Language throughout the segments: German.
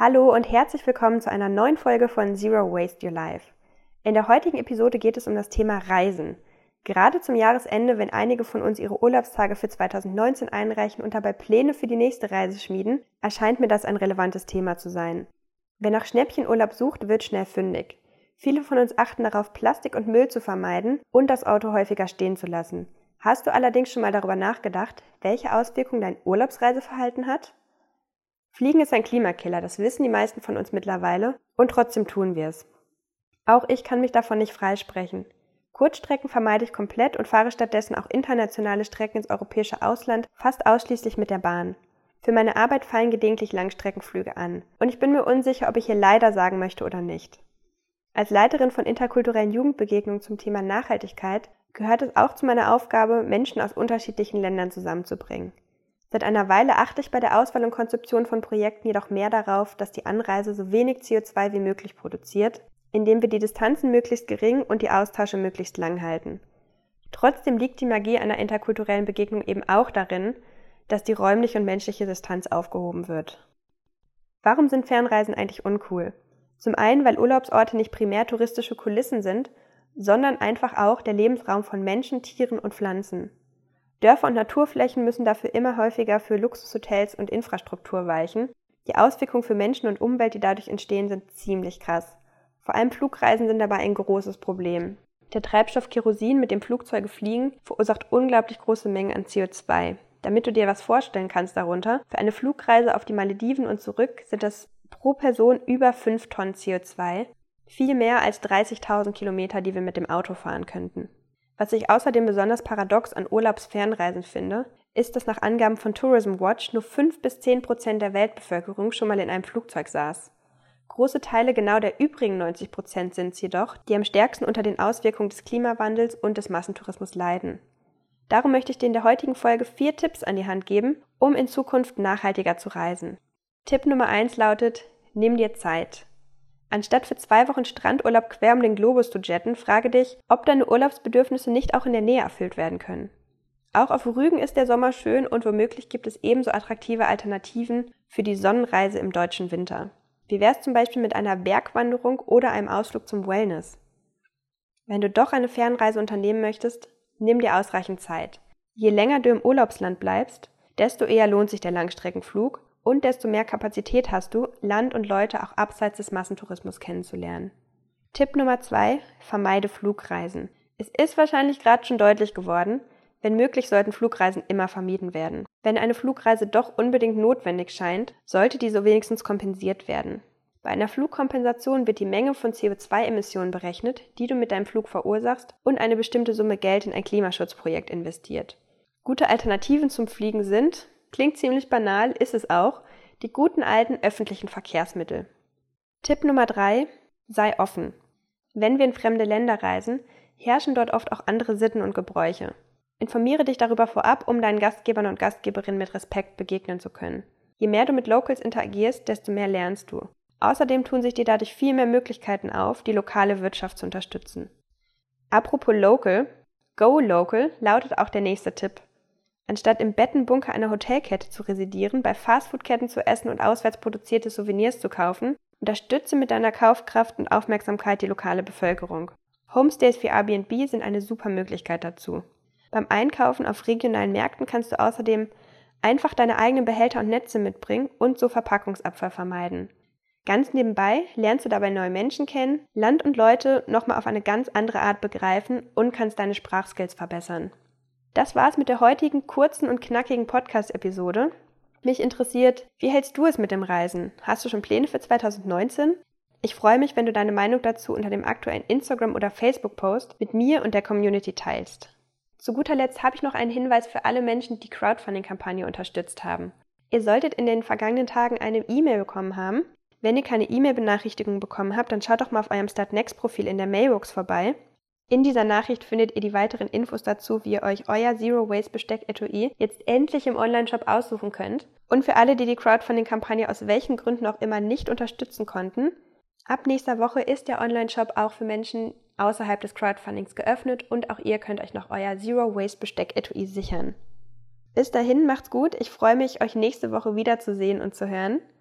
Hallo und herzlich willkommen zu einer neuen Folge von Zero Waste Your Life. In der heutigen Episode geht es um das Thema Reisen. Gerade zum Jahresende, wenn einige von uns ihre Urlaubstage für 2019 einreichen und dabei Pläne für die nächste Reise schmieden, erscheint mir das ein relevantes Thema zu sein. Wer nach Schnäppchenurlaub sucht, wird schnell fündig. Viele von uns achten darauf, Plastik und Müll zu vermeiden und das Auto häufiger stehen zu lassen. Hast du allerdings schon mal darüber nachgedacht, welche Auswirkungen dein Urlaubsreiseverhalten hat? Fliegen ist ein Klimakiller, das wissen die meisten von uns mittlerweile, und trotzdem tun wir es. Auch ich kann mich davon nicht freisprechen. Kurzstrecken vermeide ich komplett und fahre stattdessen auch internationale Strecken ins europäische Ausland fast ausschließlich mit der Bahn. Für meine Arbeit fallen gelegentlich Langstreckenflüge an, und ich bin mir unsicher, ob ich hier leider sagen möchte oder nicht. Als Leiterin von interkulturellen Jugendbegegnungen zum Thema Nachhaltigkeit gehört es auch zu meiner Aufgabe, Menschen aus unterschiedlichen Ländern zusammenzubringen. Seit einer Weile achte ich bei der Auswahl und Konzeption von Projekten jedoch mehr darauf, dass die Anreise so wenig CO2 wie möglich produziert, indem wir die Distanzen möglichst gering und die Austausche möglichst lang halten. Trotzdem liegt die Magie einer interkulturellen Begegnung eben auch darin, dass die räumliche und menschliche Distanz aufgehoben wird. Warum sind Fernreisen eigentlich uncool? Zum einen, weil Urlaubsorte nicht primär touristische Kulissen sind, sondern einfach auch der Lebensraum von Menschen, Tieren und Pflanzen. Dörfer und Naturflächen müssen dafür immer häufiger für Luxushotels und Infrastruktur weichen. Die Auswirkungen für Menschen und Umwelt, die dadurch entstehen, sind ziemlich krass. Vor allem Flugreisen sind dabei ein großes Problem. Der Treibstoff Kerosin, mit dem Flugzeuge fliegen, verursacht unglaublich große Mengen an CO2. Damit du dir was vorstellen kannst darunter, für eine Flugreise auf die Malediven und zurück sind das pro Person über 5 Tonnen CO2, viel mehr als 30.000 Kilometer, die wir mit dem Auto fahren könnten. Was ich außerdem besonders paradox an Urlaubsfernreisen finde, ist, dass nach Angaben von Tourism Watch nur 5-10% der Weltbevölkerung schon mal in einem Flugzeug saß. Große Teile genau der übrigen 90% sind es jedoch, die am stärksten unter den Auswirkungen des Klimawandels und des Massentourismus leiden. Darum möchte ich dir in der heutigen Folge 4 Tipps an die Hand geben, um in Zukunft nachhaltiger zu reisen. Tipp Nummer 1 lautet: Nimm dir Zeit. Anstatt für 2 Wochen Strandurlaub quer um den Globus zu jetten, frage dich, ob deine Urlaubsbedürfnisse nicht auch in der Nähe erfüllt werden können. Auch auf Rügen ist der Sommer schön und womöglich gibt es ebenso attraktive Alternativen für die Sonnenreise im deutschen Winter. Wie wär's zum Beispiel mit einer Bergwanderung oder einem Ausflug zum Wellness? Wenn du doch eine Fernreise unternehmen möchtest, nimm dir ausreichend Zeit. Je länger du im Urlaubsland bleibst, desto eher lohnt sich der Langstreckenflug und desto mehr Kapazität hast du, Land und Leute auch abseits des Massentourismus kennenzulernen. Tipp Nummer 2: Vermeide Flugreisen. Es ist wahrscheinlich gerade schon deutlich geworden, wenn möglich sollten Flugreisen immer vermieden werden. Wenn eine Flugreise doch unbedingt notwendig scheint, sollte diese wenigstens kompensiert werden. Bei einer Flugkompensation wird die Menge von CO2-Emissionen berechnet, die du mit deinem Flug verursachst, und eine bestimmte Summe Geld in ein Klimaschutzprojekt investiert. Gute Alternativen zum Fliegen sind, klingt ziemlich banal, ist es auch, die guten alten öffentlichen Verkehrsmittel. Tipp Nummer 3: Sei offen. Wenn wir in fremde Länder reisen, herrschen dort oft auch andere Sitten und Gebräuche. Informiere dich darüber vorab, um deinen Gastgebern und Gastgeberinnen mit Respekt begegnen zu können. Je mehr du mit Locals interagierst, desto mehr lernst du. Außerdem tun sich dir dadurch viel mehr Möglichkeiten auf, die lokale Wirtschaft zu unterstützen. Apropos Local, Go Local lautet auch der nächste Tipp. Anstatt im Bettenbunker einer Hotelkette zu residieren, bei Fastfoodketten zu essen und auswärts produzierte Souvenirs zu kaufen, unterstütze mit deiner Kaufkraft und Aufmerksamkeit die lokale Bevölkerung. Homestays wie Airbnb sind eine super Möglichkeit dazu. Beim Einkaufen auf regionalen Märkten kannst du außerdem einfach deine eigenen Behälter und Netze mitbringen und so Verpackungsabfall vermeiden. Ganz nebenbei lernst du dabei neue Menschen kennen, Land und Leute nochmal auf eine ganz andere Art begreifen und kannst deine Sprachskills verbessern. Das war's mit der heutigen kurzen und knackigen Podcast-Episode. Mich interessiert, wie hältst du es mit dem Reisen? Hast du schon Pläne für 2019? Ich freue mich, wenn du deine Meinung dazu unter dem aktuellen Instagram- oder Facebook-Post mit mir und der Community teilst. Zu guter Letzt habe ich noch einen Hinweis für alle Menschen, die die Crowdfunding-Kampagne unterstützt haben. Ihr solltet in den vergangenen Tagen eine E-Mail bekommen haben. Wenn ihr keine E-Mail-Benachrichtigung bekommen habt, dann schaut doch mal auf eurem Startnext-Profil in der Mailbox vorbei. In dieser Nachricht findet ihr die weiteren Infos dazu, wie ihr euch euer Zero Waste Besteck-Etui jetzt endlich im Onlineshop aussuchen könnt. Und für alle, die die Crowdfunding-Kampagne aus welchen Gründen auch immer nicht unterstützen konnten, ab nächster Woche ist der Onlineshop auch für Menschen außerhalb des Crowdfundings geöffnet und auch ihr könnt euch noch euer Zero Waste Besteck-Etui sichern. Bis dahin, macht's gut. Ich freue mich, euch nächste Woche wiederzusehen und zu hören.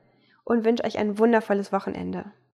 und wünsche euch ein wundervolles Wochenende.